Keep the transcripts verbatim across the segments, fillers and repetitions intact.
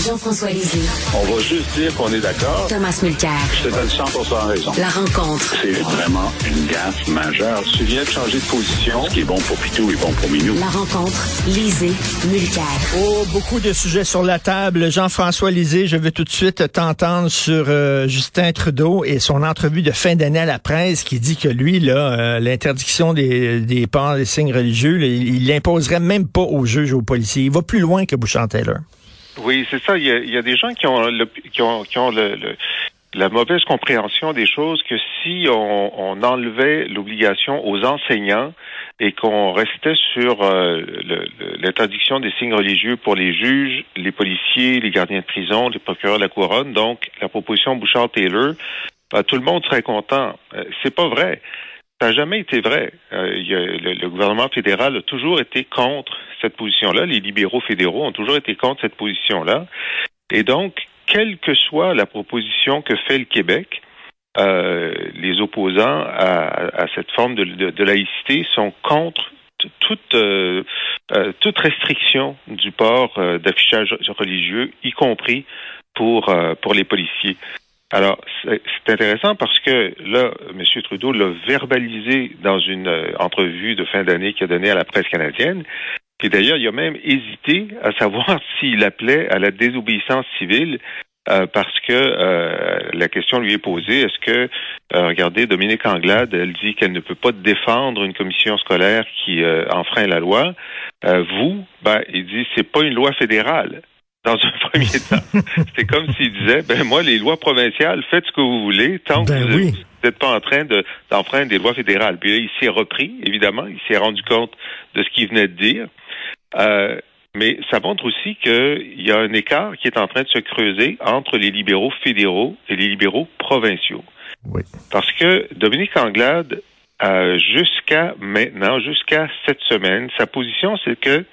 Jean-François Lisée. On va juste dire qu'on est d'accord. Thomas Mulcair. Je te donne cent pour cent raison. La rencontre. C'est vraiment une gaffe majeure. Tu viens de changer de position. Ce qui est bon pour Pitou est bon pour Minou. La rencontre. Lisée. Mulcair. Oh, beaucoup de sujets sur la table. Jean-François Lisée, je veux tout de suite t'entendre sur euh, Justin Trudeau et son entrevue de fin d'année à la presse qui dit que lui, là, euh, l'interdiction des, des ports, des signes religieux, là, il l'imposerait même pas aux juges, aux policiers. Il va plus loin que Bouchard-Taylor. Oui, c'est ça. Il y a, il y a des gens qui ont, le, qui ont, qui ont le, le, la mauvaise compréhension des choses que si on, on enlevait l'obligation aux enseignants et qu'on restait sur euh, le, le, l'interdiction des signes religieux pour les juges, les policiers, les gardiens de prison, les procureurs de la couronne, donc la proposition Bouchard-Taylor, ben, tout le monde serait content. Euh, c'est pas vrai. Ça n'a jamais été vrai. Euh, il y a, le, le gouvernement fédéral a toujours été contre cette position-là. Les libéraux fédéraux ont toujours été contre cette position-là. Et donc, quelle que soit la proposition que fait le Québec, euh, les opposants à, à cette forme de, de, de laïcité sont contre t- toute, euh, euh, toute restriction du port euh, d'affichage religieux, y compris pour, euh, pour les policiers. Alors, c'est, c'est intéressant parce que là, M. Trudeau l'a verbalisé dans une euh, entrevue de fin d'année qu'il a donnée à la presse canadienne. Et d'ailleurs, il a même hésité à savoir s'il appelait à la désobéissance civile euh, parce que euh, la question lui est posée, est-ce que, euh, regardez, Dominique Anglade, elle dit qu'elle ne peut pas défendre une commission scolaire qui euh, enfreint la loi. Euh, vous, ben, il dit, c'est pas une loi fédérale. Dans un premier temps, c'est comme s'il disait, ben moi, les lois provinciales, faites ce que vous voulez, tant ben que oui. vous n'êtes pas en train de, d'enfreindre des lois fédérales. Puis là, il s'est repris, évidemment, il s'est rendu compte de ce qu'il venait de dire. Euh, mais ça montre aussi qu'il y a un écart qui est en train de se creuser entre les libéraux fédéraux et les libéraux provinciaux. Oui. Parce que Dominique Anglade, euh, jusqu'à maintenant, jusqu'à cette semaine, sa position, c'est que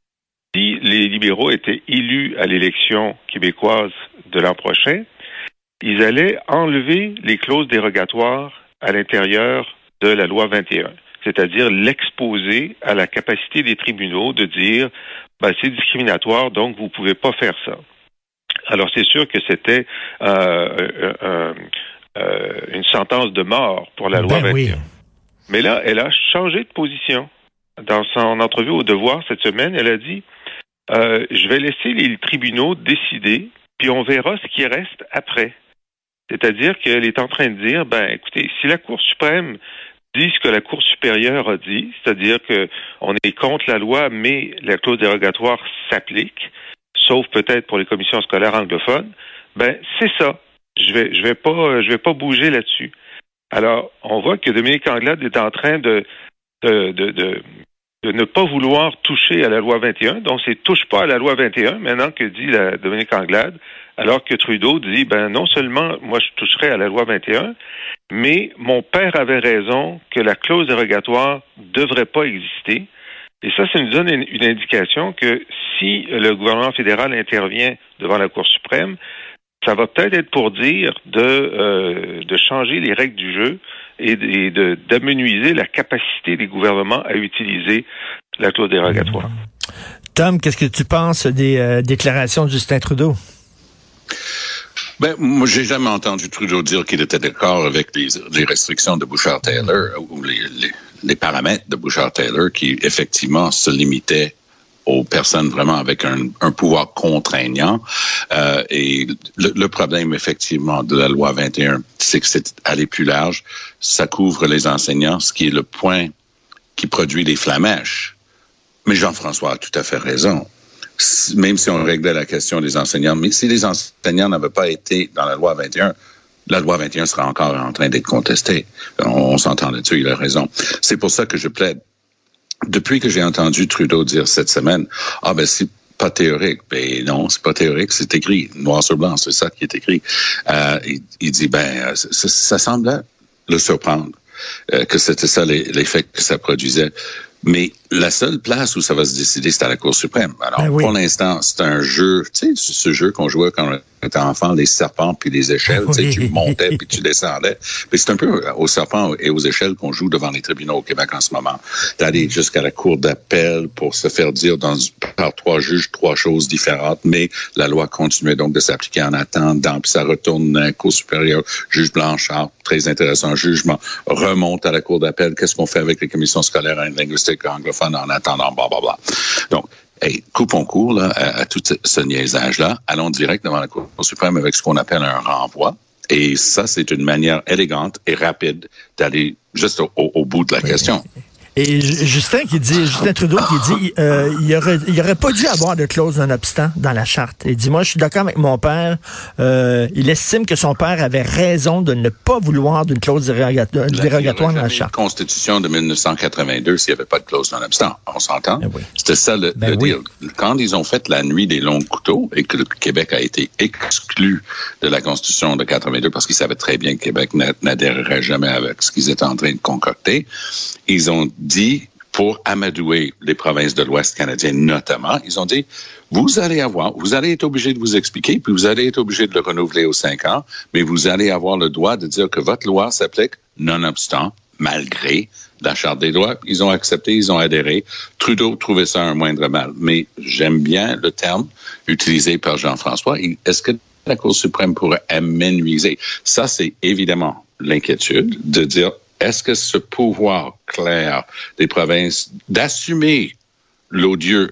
si les libéraux étaient élus à l'élection québécoise de l'an prochain, ils allaient enlever les clauses dérogatoires à l'intérieur de la loi vingt et un, c'est-à-dire l'exposer à la capacité des tribunaux de dire ben, c'est discriminatoire, donc vous ne pouvez pas faire ça. Alors c'est sûr que c'était euh, euh, euh, une sentence de mort pour la loi ben vingt et un. Oui. Mais là, elle a changé de position. Dans son entrevue au Devoir cette semaine, elle a dit Euh, je vais laisser les tribunaux décider, puis on verra ce qui reste après. C'est-à-dire qu'elle est en train de dire, ben, écoutez, si la Cour suprême dit ce que la Cour supérieure a dit, c'est-à-dire que on est contre la loi, mais la clause dérogatoire s'applique, sauf peut-être pour les commissions scolaires anglophones, ben, c'est ça. Je vais, je vais pas, je vais pas bouger là-dessus. Alors, on voit que Dominique Anglade est en train de, de, de, de de ne pas vouloir toucher à la loi vingt et un. Donc, c'est touche pas à la loi vingt et un, maintenant que dit la Dominique Anglade, alors que Trudeau dit, ben non seulement moi je toucherai à la loi vingt et un, mais mon père avait raison que la clause dérogatoire devrait pas exister. Et ça, ça nous donne une, une indication que si le gouvernement fédéral intervient devant la Cour suprême, ça va peut-être être pour dire de, euh, de changer les règles du jeu et, de, et de, d'amenuiser la capacité des gouvernements à utiliser la clause dérogatoire. Tom, qu'est-ce que tu penses des euh, déclarations de Justin Trudeau? Ben, moi, j'ai jamais entendu Trudeau dire qu'il était d'accord avec les, les restrictions de Bouchard-Taylor ou les, les, les paramètres de Bouchard-Taylor qui, effectivement, se limitaient aux personnes vraiment avec un, un pouvoir contraignant. Euh, et le, le problème, effectivement, de la loi vingt et un, c'est que c'est aller plus large. Ça couvre les enseignants, ce qui est le point qui produit les flammèches. Mais Jean-François a tout à fait raison. Même si on réglait la question des enseignants, mais si les enseignants n'avaient pas été dans la loi vingt et un, la loi vingt et un sera encore en train d'être contestée. On, on s'entend là-dessus, il a raison. C'est pour ça que je plaide. Depuis que j'ai entendu Trudeau dire cette semaine, ah ben c'est pas théorique, ben non, c'est pas théorique, c'est écrit, noir sur blanc, c'est ça qui est écrit. Euh, il, il dit, ben ça, ça semblait le surprendre, euh, que c'était ça l'effet que ça produisait. Mais la seule place où ça va se décider, c'est à la Cour suprême. Alors, ben oui. pour l'instant, c'est un jeu, tu sais, ce jeu qu'on jouait quand on était enfant, les serpents puis les échelles, oui. tu sais, tu montais puis tu descendais. Mais c'est un peu aux serpents et aux échelles qu'on joue devant les tribunaux au Québec en ce moment. D'aller jusqu'à la Cour d'appel pour se faire dire dans, par trois juges trois choses différentes, mais la loi continuait donc de s'appliquer en attendant, puis ça retourne à la Cour supérieure, juge Blanchard, très intéressant jugement, remonte à la Cour d'appel, qu'est-ce qu'on fait avec les commissions scolaires et linguistiques anglophones en attendant, blablabla. Donc, hey, coupons court là, à, à tout ce niaisage-là. Allons direct devant la Cour suprême avec ce qu'on appelle un renvoi. Et ça, c'est une manière élégante et rapide d'aller juste au, au, au bout de la oui. question. Et Justin qui dit, Justin Trudeau qui dit, euh, il aurait, il aurait pas dû avoir de clause non-obstant dans la charte. Il dit, moi, je suis d'accord avec mon père. Euh, il estime que son père avait raison de ne pas vouloir d'une clause dérogatoire, dérogatoire dans la charte. La Constitution de mille neuf cent quatre-vingt-deux, s'il n'y avait pas de clause non-obstant, on s'entend. Ben oui. C'était ça le, ben le oui. deal. Quand ils ont fait la nuit des longs couteaux et que le Québec a été exclu de la Constitution de quatre-vingt-deux parce qu'ils savaient très bien que Québec n'adhérerait jamais avec ce qu'ils étaient en train de concocter, ils ont dit, pour amadouer les provinces de l'Ouest canadien notamment, ils ont dit, vous allez avoir, vous allez être obligé de vous expliquer, puis vous allez être obligé de le renouveler aux cinq ans, mais vous allez avoir le droit de dire que votre loi s'applique nonobstant, malgré la Charte des droits. Ils ont accepté, ils ont adhéré. Trudeau trouvait ça un moindre mal. Mais j'aime bien le terme utilisé par Jean-François. Est-ce que la Cour suprême pourrait amenuiser? Ça, c'est évidemment l'inquiétude de dire, est-ce que ce pouvoir clair des provinces d'assumer l'odieux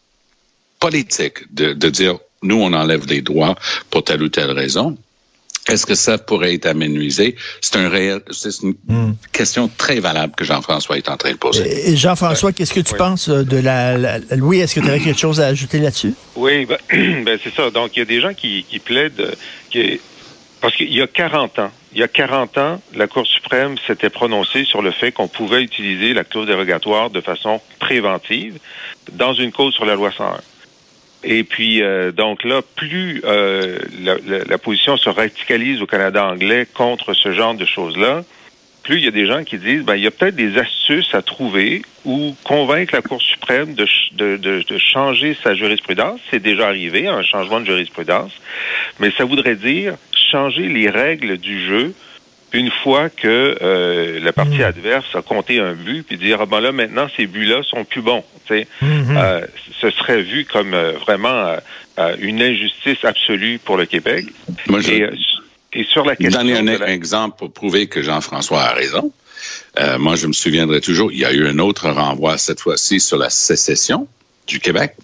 politique, de, de dire, nous, on enlève les droits pour telle ou telle raison, est-ce que ça pourrait être amenuisé? C'est un réel, c'est une mm. question très valable que Jean-François est en train de poser. Et Jean-François, ouais. qu'est-ce que tu oui. penses de la, la... Louis, est-ce que tu avais quelque chose à ajouter là-dessus? Oui, ben, ben c'est ça. Donc, il y a des gens qui, qui plaident... Qui... Parce qu'il y a quarante ans, il y a quarante ans, la Cour suprême s'était prononcée sur le fait qu'on pouvait utiliser la clause dérogatoire de façon préventive dans une cause sur la loi cent un. Et puis, euh, donc là, plus euh, la, la, la position se radicalise au Canada anglais contre ce genre de choses-là, plus il y a des gens qui disent, ben, il y a peut-être des astuces à trouver ou convaincre la Cour suprême de, de, de, de changer sa jurisprudence. C'est déjà arrivé, un changement de jurisprudence. Mais ça voudrait dire changer les règles du jeu une fois que euh, la partie mmh. adverse a compté un but, puis dire, ah ben là, maintenant, ces buts-là sont plus bons. Tu sais, mmh. euh, ce serait vu comme euh, vraiment euh, une injustice absolue pour le Québec. Moi, je... Et, euh, Et sur la question... Donner un, la... un exemple pour prouver que Jean-François a raison. Euh, moi, je me souviendrai toujours, il y a eu un autre renvoi, cette fois-ci, sur la sécession du Québec.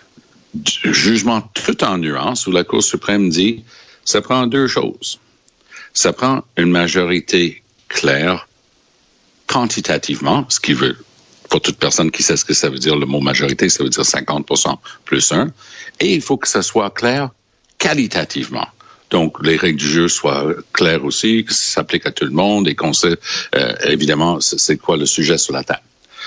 Du jugement tout en nuance, où la Cour suprême dit, ça prend deux choses. Ça prend une majorité claire, quantitativement, ce qui veut, pour toute personne qui sait ce que ça veut dire, le mot majorité, ça veut dire cinquante pour cent plus un. Et il faut que ça soit clair qualitativement. Donc, les règles du jeu soient claires aussi, que ça s'applique à tout le monde et qu'on sait, euh, évidemment, c'est quoi le sujet sur la table.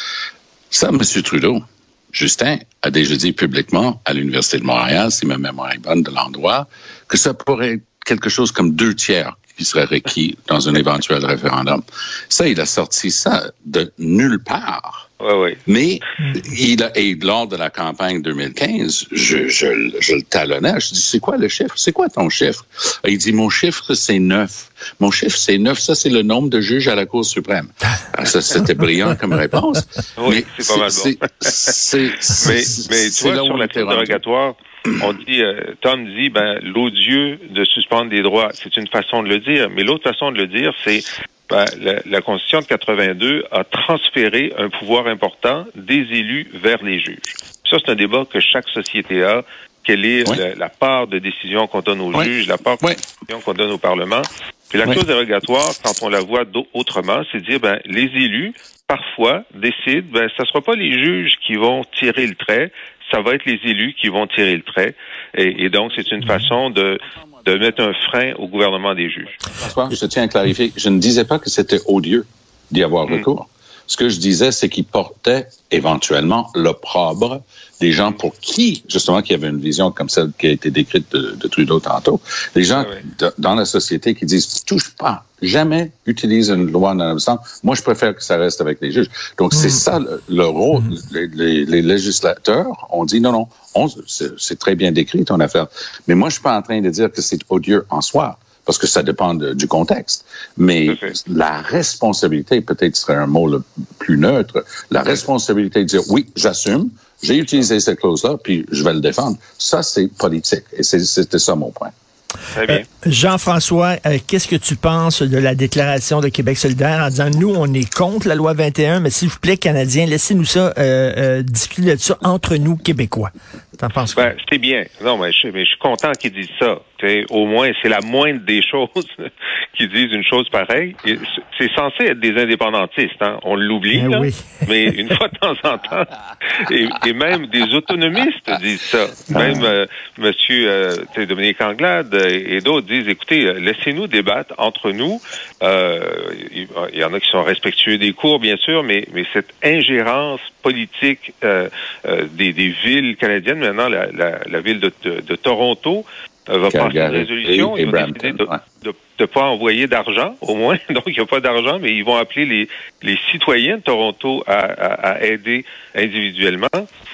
Ça, M. Trudeau, Justin a déjà dit publiquement à l'Université de Montréal, si ma mémoire est bonne de l'endroit, que ça pourrait être quelque chose comme deux tiers qui serait requis dans un éventuel référendum. Ça, il a sorti ça de nulle part. Oui, oui. Mais il a, et lors de la campagne deux mille quinze, je, je, je le talonnais. Je dis, c'est quoi le chiffre? C'est quoi ton chiffre? Il dit, mon chiffre, c'est neuf. Mon chiffre, c'est neuf. Ça, c'est le nombre de juges à la Cour suprême. Alors, ça, c'était brillant comme réponse. Oui, mais c'est pas mal bon. C'est, c'est, mais, mais tu vois, sur la clause dérogatoire, on dit, euh, Tom dit, ben, l'odieux de suspendre des droits, c'est une façon de le dire. Mais l'autre façon de le dire, c'est Ben, la, la Constitution de quatre-vingt-deux a transféré un pouvoir important des élus vers les juges. Ça, c'est un débat que chaque société a. Quelle est oui. la, la part de décision qu'on donne aux oui. juges, la part de oui. décision qu'on donne au Parlement. Puis la clause oui. dérogatoire, quand on la voit autrement, c'est dire, ben, les élus, parfois, décident, ben, ça sera pas les juges qui vont tirer le trait, ça va être les élus qui vont tirer le trait. Et, et donc, c'est une façon de de mettre un frein au gouvernement des juges. François, je tiens à clarifier, je ne disais pas que c'était odieux d'y avoir recours. Ce que je disais, c'est qu'il portait éventuellement l'opprobre des gens pour qui, justement, qui avaient une vision comme celle qui a été décrite de, de Trudeau tantôt, les gens oui, oui. De, dans la société qui disent « touche pas, jamais utilise une loi non-obstant, moi je préfère que ça reste avec les juges ». Donc mmh. c'est ça le, le rôle. Mmh. Les, les, les législateurs ont dit « non, non, on, c'est, c'est très bien décrit ton affaire ». Mais moi je suis pas en train de dire que c'est odieux en soi, parce que ça dépend de, du contexte. Mais la responsabilité, peut-être serait un mot le plus neutre, la responsabilité de dire « oui, j'assume ». J'ai utilisé cette clause-là, puis je vais le défendre. Ça, c'est politique. Et c'est, c'était ça mon point. Très bien. Euh, Jean-François, euh, qu'est-ce que tu penses de la déclaration de Québec solidaire en disant, nous, on est contre la loi vingt et un, mais s'il vous plaît, Canadiens, laissez-nous ça, euh, euh, discuter de ça entre nous, Québécois. T'en penses quoi? Ben, c'est bien. Non, mais je, mais je suis content qu'ils disent ça. T'sais, au moins, c'est la moindre des choses qu'ils disent une chose pareille. Et c'est censé être des indépendantistes, hein. On l'oublie, ben là, oui. Mais une fois de temps en temps. Et, et même des autonomistes disent ça. Même euh, Monsieur euh, Dominique Anglade et, et d'autres disent, écoutez, laissez-nous débattre entre nous. Euh, il, il y en a qui sont respectueux des cours, bien sûr, mais, mais cette ingérence politique euh, euh, des, des villes canadiennes, maintenant la, la, la ville de, de, de Toronto, euh, va passer une résolution. Et, et ils vont décider de ne ouais. pas envoyer d'argent, au moins. Donc, il n'y a pas d'argent, mais ils vont appeler les, les citoyens de Toronto à, à, à aider individuellement.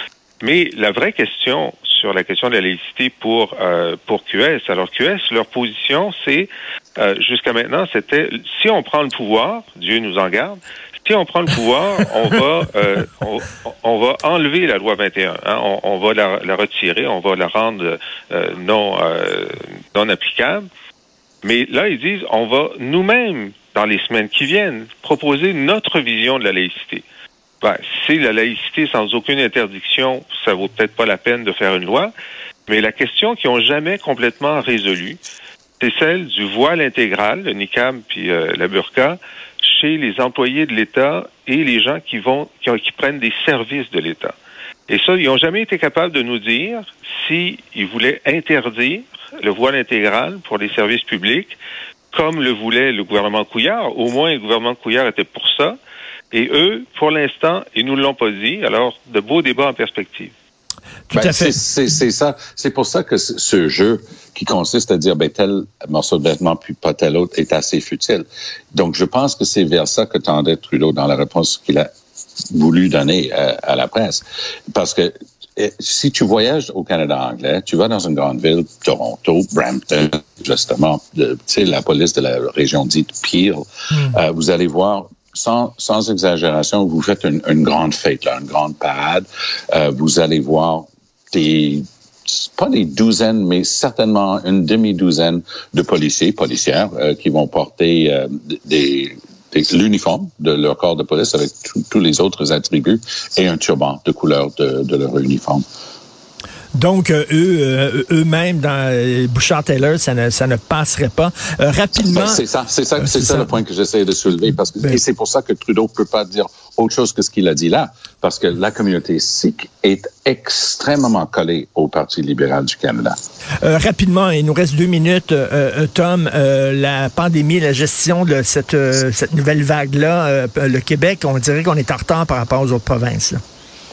Mais la vraie question sur la question de la laïcité pour euh, pour Q S, alors Q S, leur position, c'est, euh, jusqu'à maintenant, c'était, si on prend le pouvoir, Dieu nous en garde, si on prend le pouvoir, on va euh, on, on va enlever la loi vingt et un. Hein, on, on va la, la retirer, on va la rendre euh, non euh, non applicable. Mais là, ils disent, on va nous-mêmes, dans les semaines qui viennent, proposer notre vision de la laïcité. Ben, c'est la laïcité sans aucune interdiction, ça vaut peut-être pas la peine de faire une loi. Mais la question qu'ils n'ont jamais complètement résolue, c'est celle du voile intégral, le niqab puis euh, la burqa, chez les employés de l'État et les gens qui vont qui, qui prennent des services de l'État. Et ça, ils n'ont jamais été capables de nous dire s'ils voulaient interdire le voile intégral pour les services publics, comme le voulait le gouvernement Couillard. Au moins, le gouvernement Couillard était pour ça. Et eux, pour l'instant, ils nous l'ont pas dit. Alors, de beaux débats en perspective. Tout ben, à fait. C'est, c'est, c'est ça. C'est pour ça que ce jeu qui consiste à dire, ben, tel morceau de vêtement puis pas tel autre est assez futile. Donc, je pense que c'est vers ça que tendait Trudeau dans la réponse qu'il a voulu donner à, à la presse. Parce que si tu voyages au Canada anglais, tu vas dans une grande ville, Toronto, Brampton, justement, tu sais, la police de la région dite Peel, mm. euh, vous allez voir, Sans, sans exagération, vous faites une, une grande fête, là, une grande parade. Euh, vous allez voir des, pas des douzaines, mais certainement une demi-douzaine de policiers, policières, euh, qui vont porter euh, des, des, l'uniforme de leur corps de police avec tous les autres attributs et un turban de couleur de, de leur uniforme. Donc, euh, eux, euh, eux-mêmes, dans euh, Bouchard-Taylor, ça ne, ça ne passerait pas. Euh, rapidement... Ben, c'est ça, c'est ça, c'est, c'est ça, ça le point que j'essaie de soulever. Parce que, ben, et c'est pour ça que Trudeau ne peut pas dire autre chose que ce qu'il a dit là. Parce que la communauté sikh est extrêmement collée au Parti libéral du Canada. Euh, rapidement, il nous reste deux minutes. Euh, Tom, euh, la pandémie, la gestion de cette, euh, cette nouvelle vague-là, euh, le Québec, on dirait qu'on est en retard par rapport aux autres provinces, là.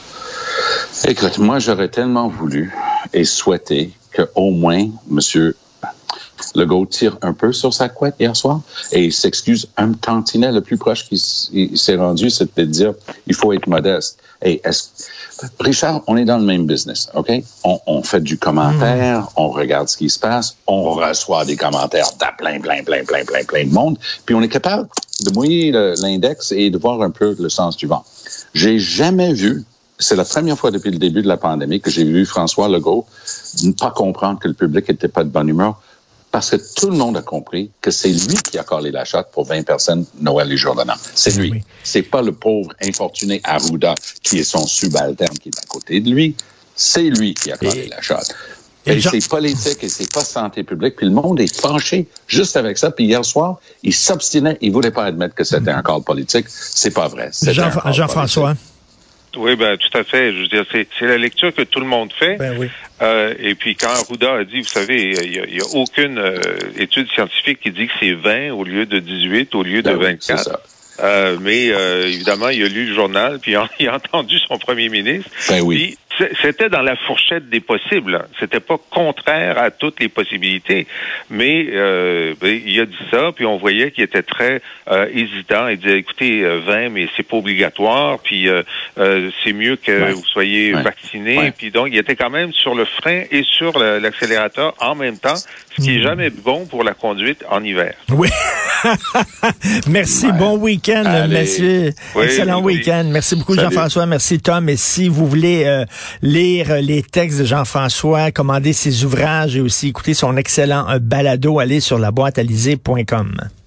Écoute, moi, j'aurais tellement voulu et souhaité qu'au moins, M. Legault tire un peu sur sa couette hier soir et il s'excuse un tantinet. Le plus proche qu'il s'est rendu, c'était de dire il faut être modeste. Et est-ce... Richard, on est dans le même business, OK? On, on fait du commentaire, mmh. on regarde ce qui se passe, on reçoit des commentaires de plein, plein, plein, plein, plein, plein de monde, puis on est capable de mouiller le, l'index et de voir un peu le sens du vent. J'ai jamais vu C'est la première fois depuis le début de la pandémie que j'ai vu François Legault ne pas comprendre que le public n'était pas de bonne humeur parce que tout le monde a compris que c'est lui qui a collé la shot pour vingt personnes Noël et jour de l'an. C'est lui. Oui. C'est pas le pauvre infortuné Arruda qui est son subalterne qui est à côté de lui. C'est lui qui a collé et... la shot. Et, et Jean... c'est politique et c'est pas santé publique. Puis le monde est fâché juste avec ça. Puis hier soir, il s'obstinait. Il voulait pas admettre que c'était un call politique. C'est pas vrai. C'était Jean... un Jean-François. Politique. Oui, ben tout à fait. Je veux dire, c'est, c'est la lecture que tout le monde fait. Ben oui. Euh, et puis quand Arruda a dit, vous savez, il y a, il y a aucune euh, étude scientifique qui dit que c'est vingt au lieu de dix-huit, au lieu de ben vingt-quatre. Oui, Euh, mais euh, évidemment, il a lu le journal, puis il a, il a entendu son premier ministre. Ben oui. Puis, c'était dans la fourchette des possibles. C'était pas contraire à toutes les possibilités. Mais euh, ben, il a dit ça, puis on voyait qu'il était très euh, hésitant. Il disait, écoutez, euh, vingt, mais c'est pas obligatoire, puis euh, euh, c'est mieux que ouais. vous soyez ouais. vaccinés. Ouais. Puis donc, il était quand même sur le frein et sur le, l'accélérateur en même temps, ce qui est jamais bon pour la conduite en hiver. Oui. Merci. Ouais. Bon week-end, Allez. messieurs. Oui, Excellent oui. week-end. Merci beaucoup, Salut. Jean-François. Merci, Tom. Et si vous voulez euh, lire les textes de Jean-François, commander ses ouvrages et aussi écouter son excellent euh, balado, allez sur la boîte alizée point com.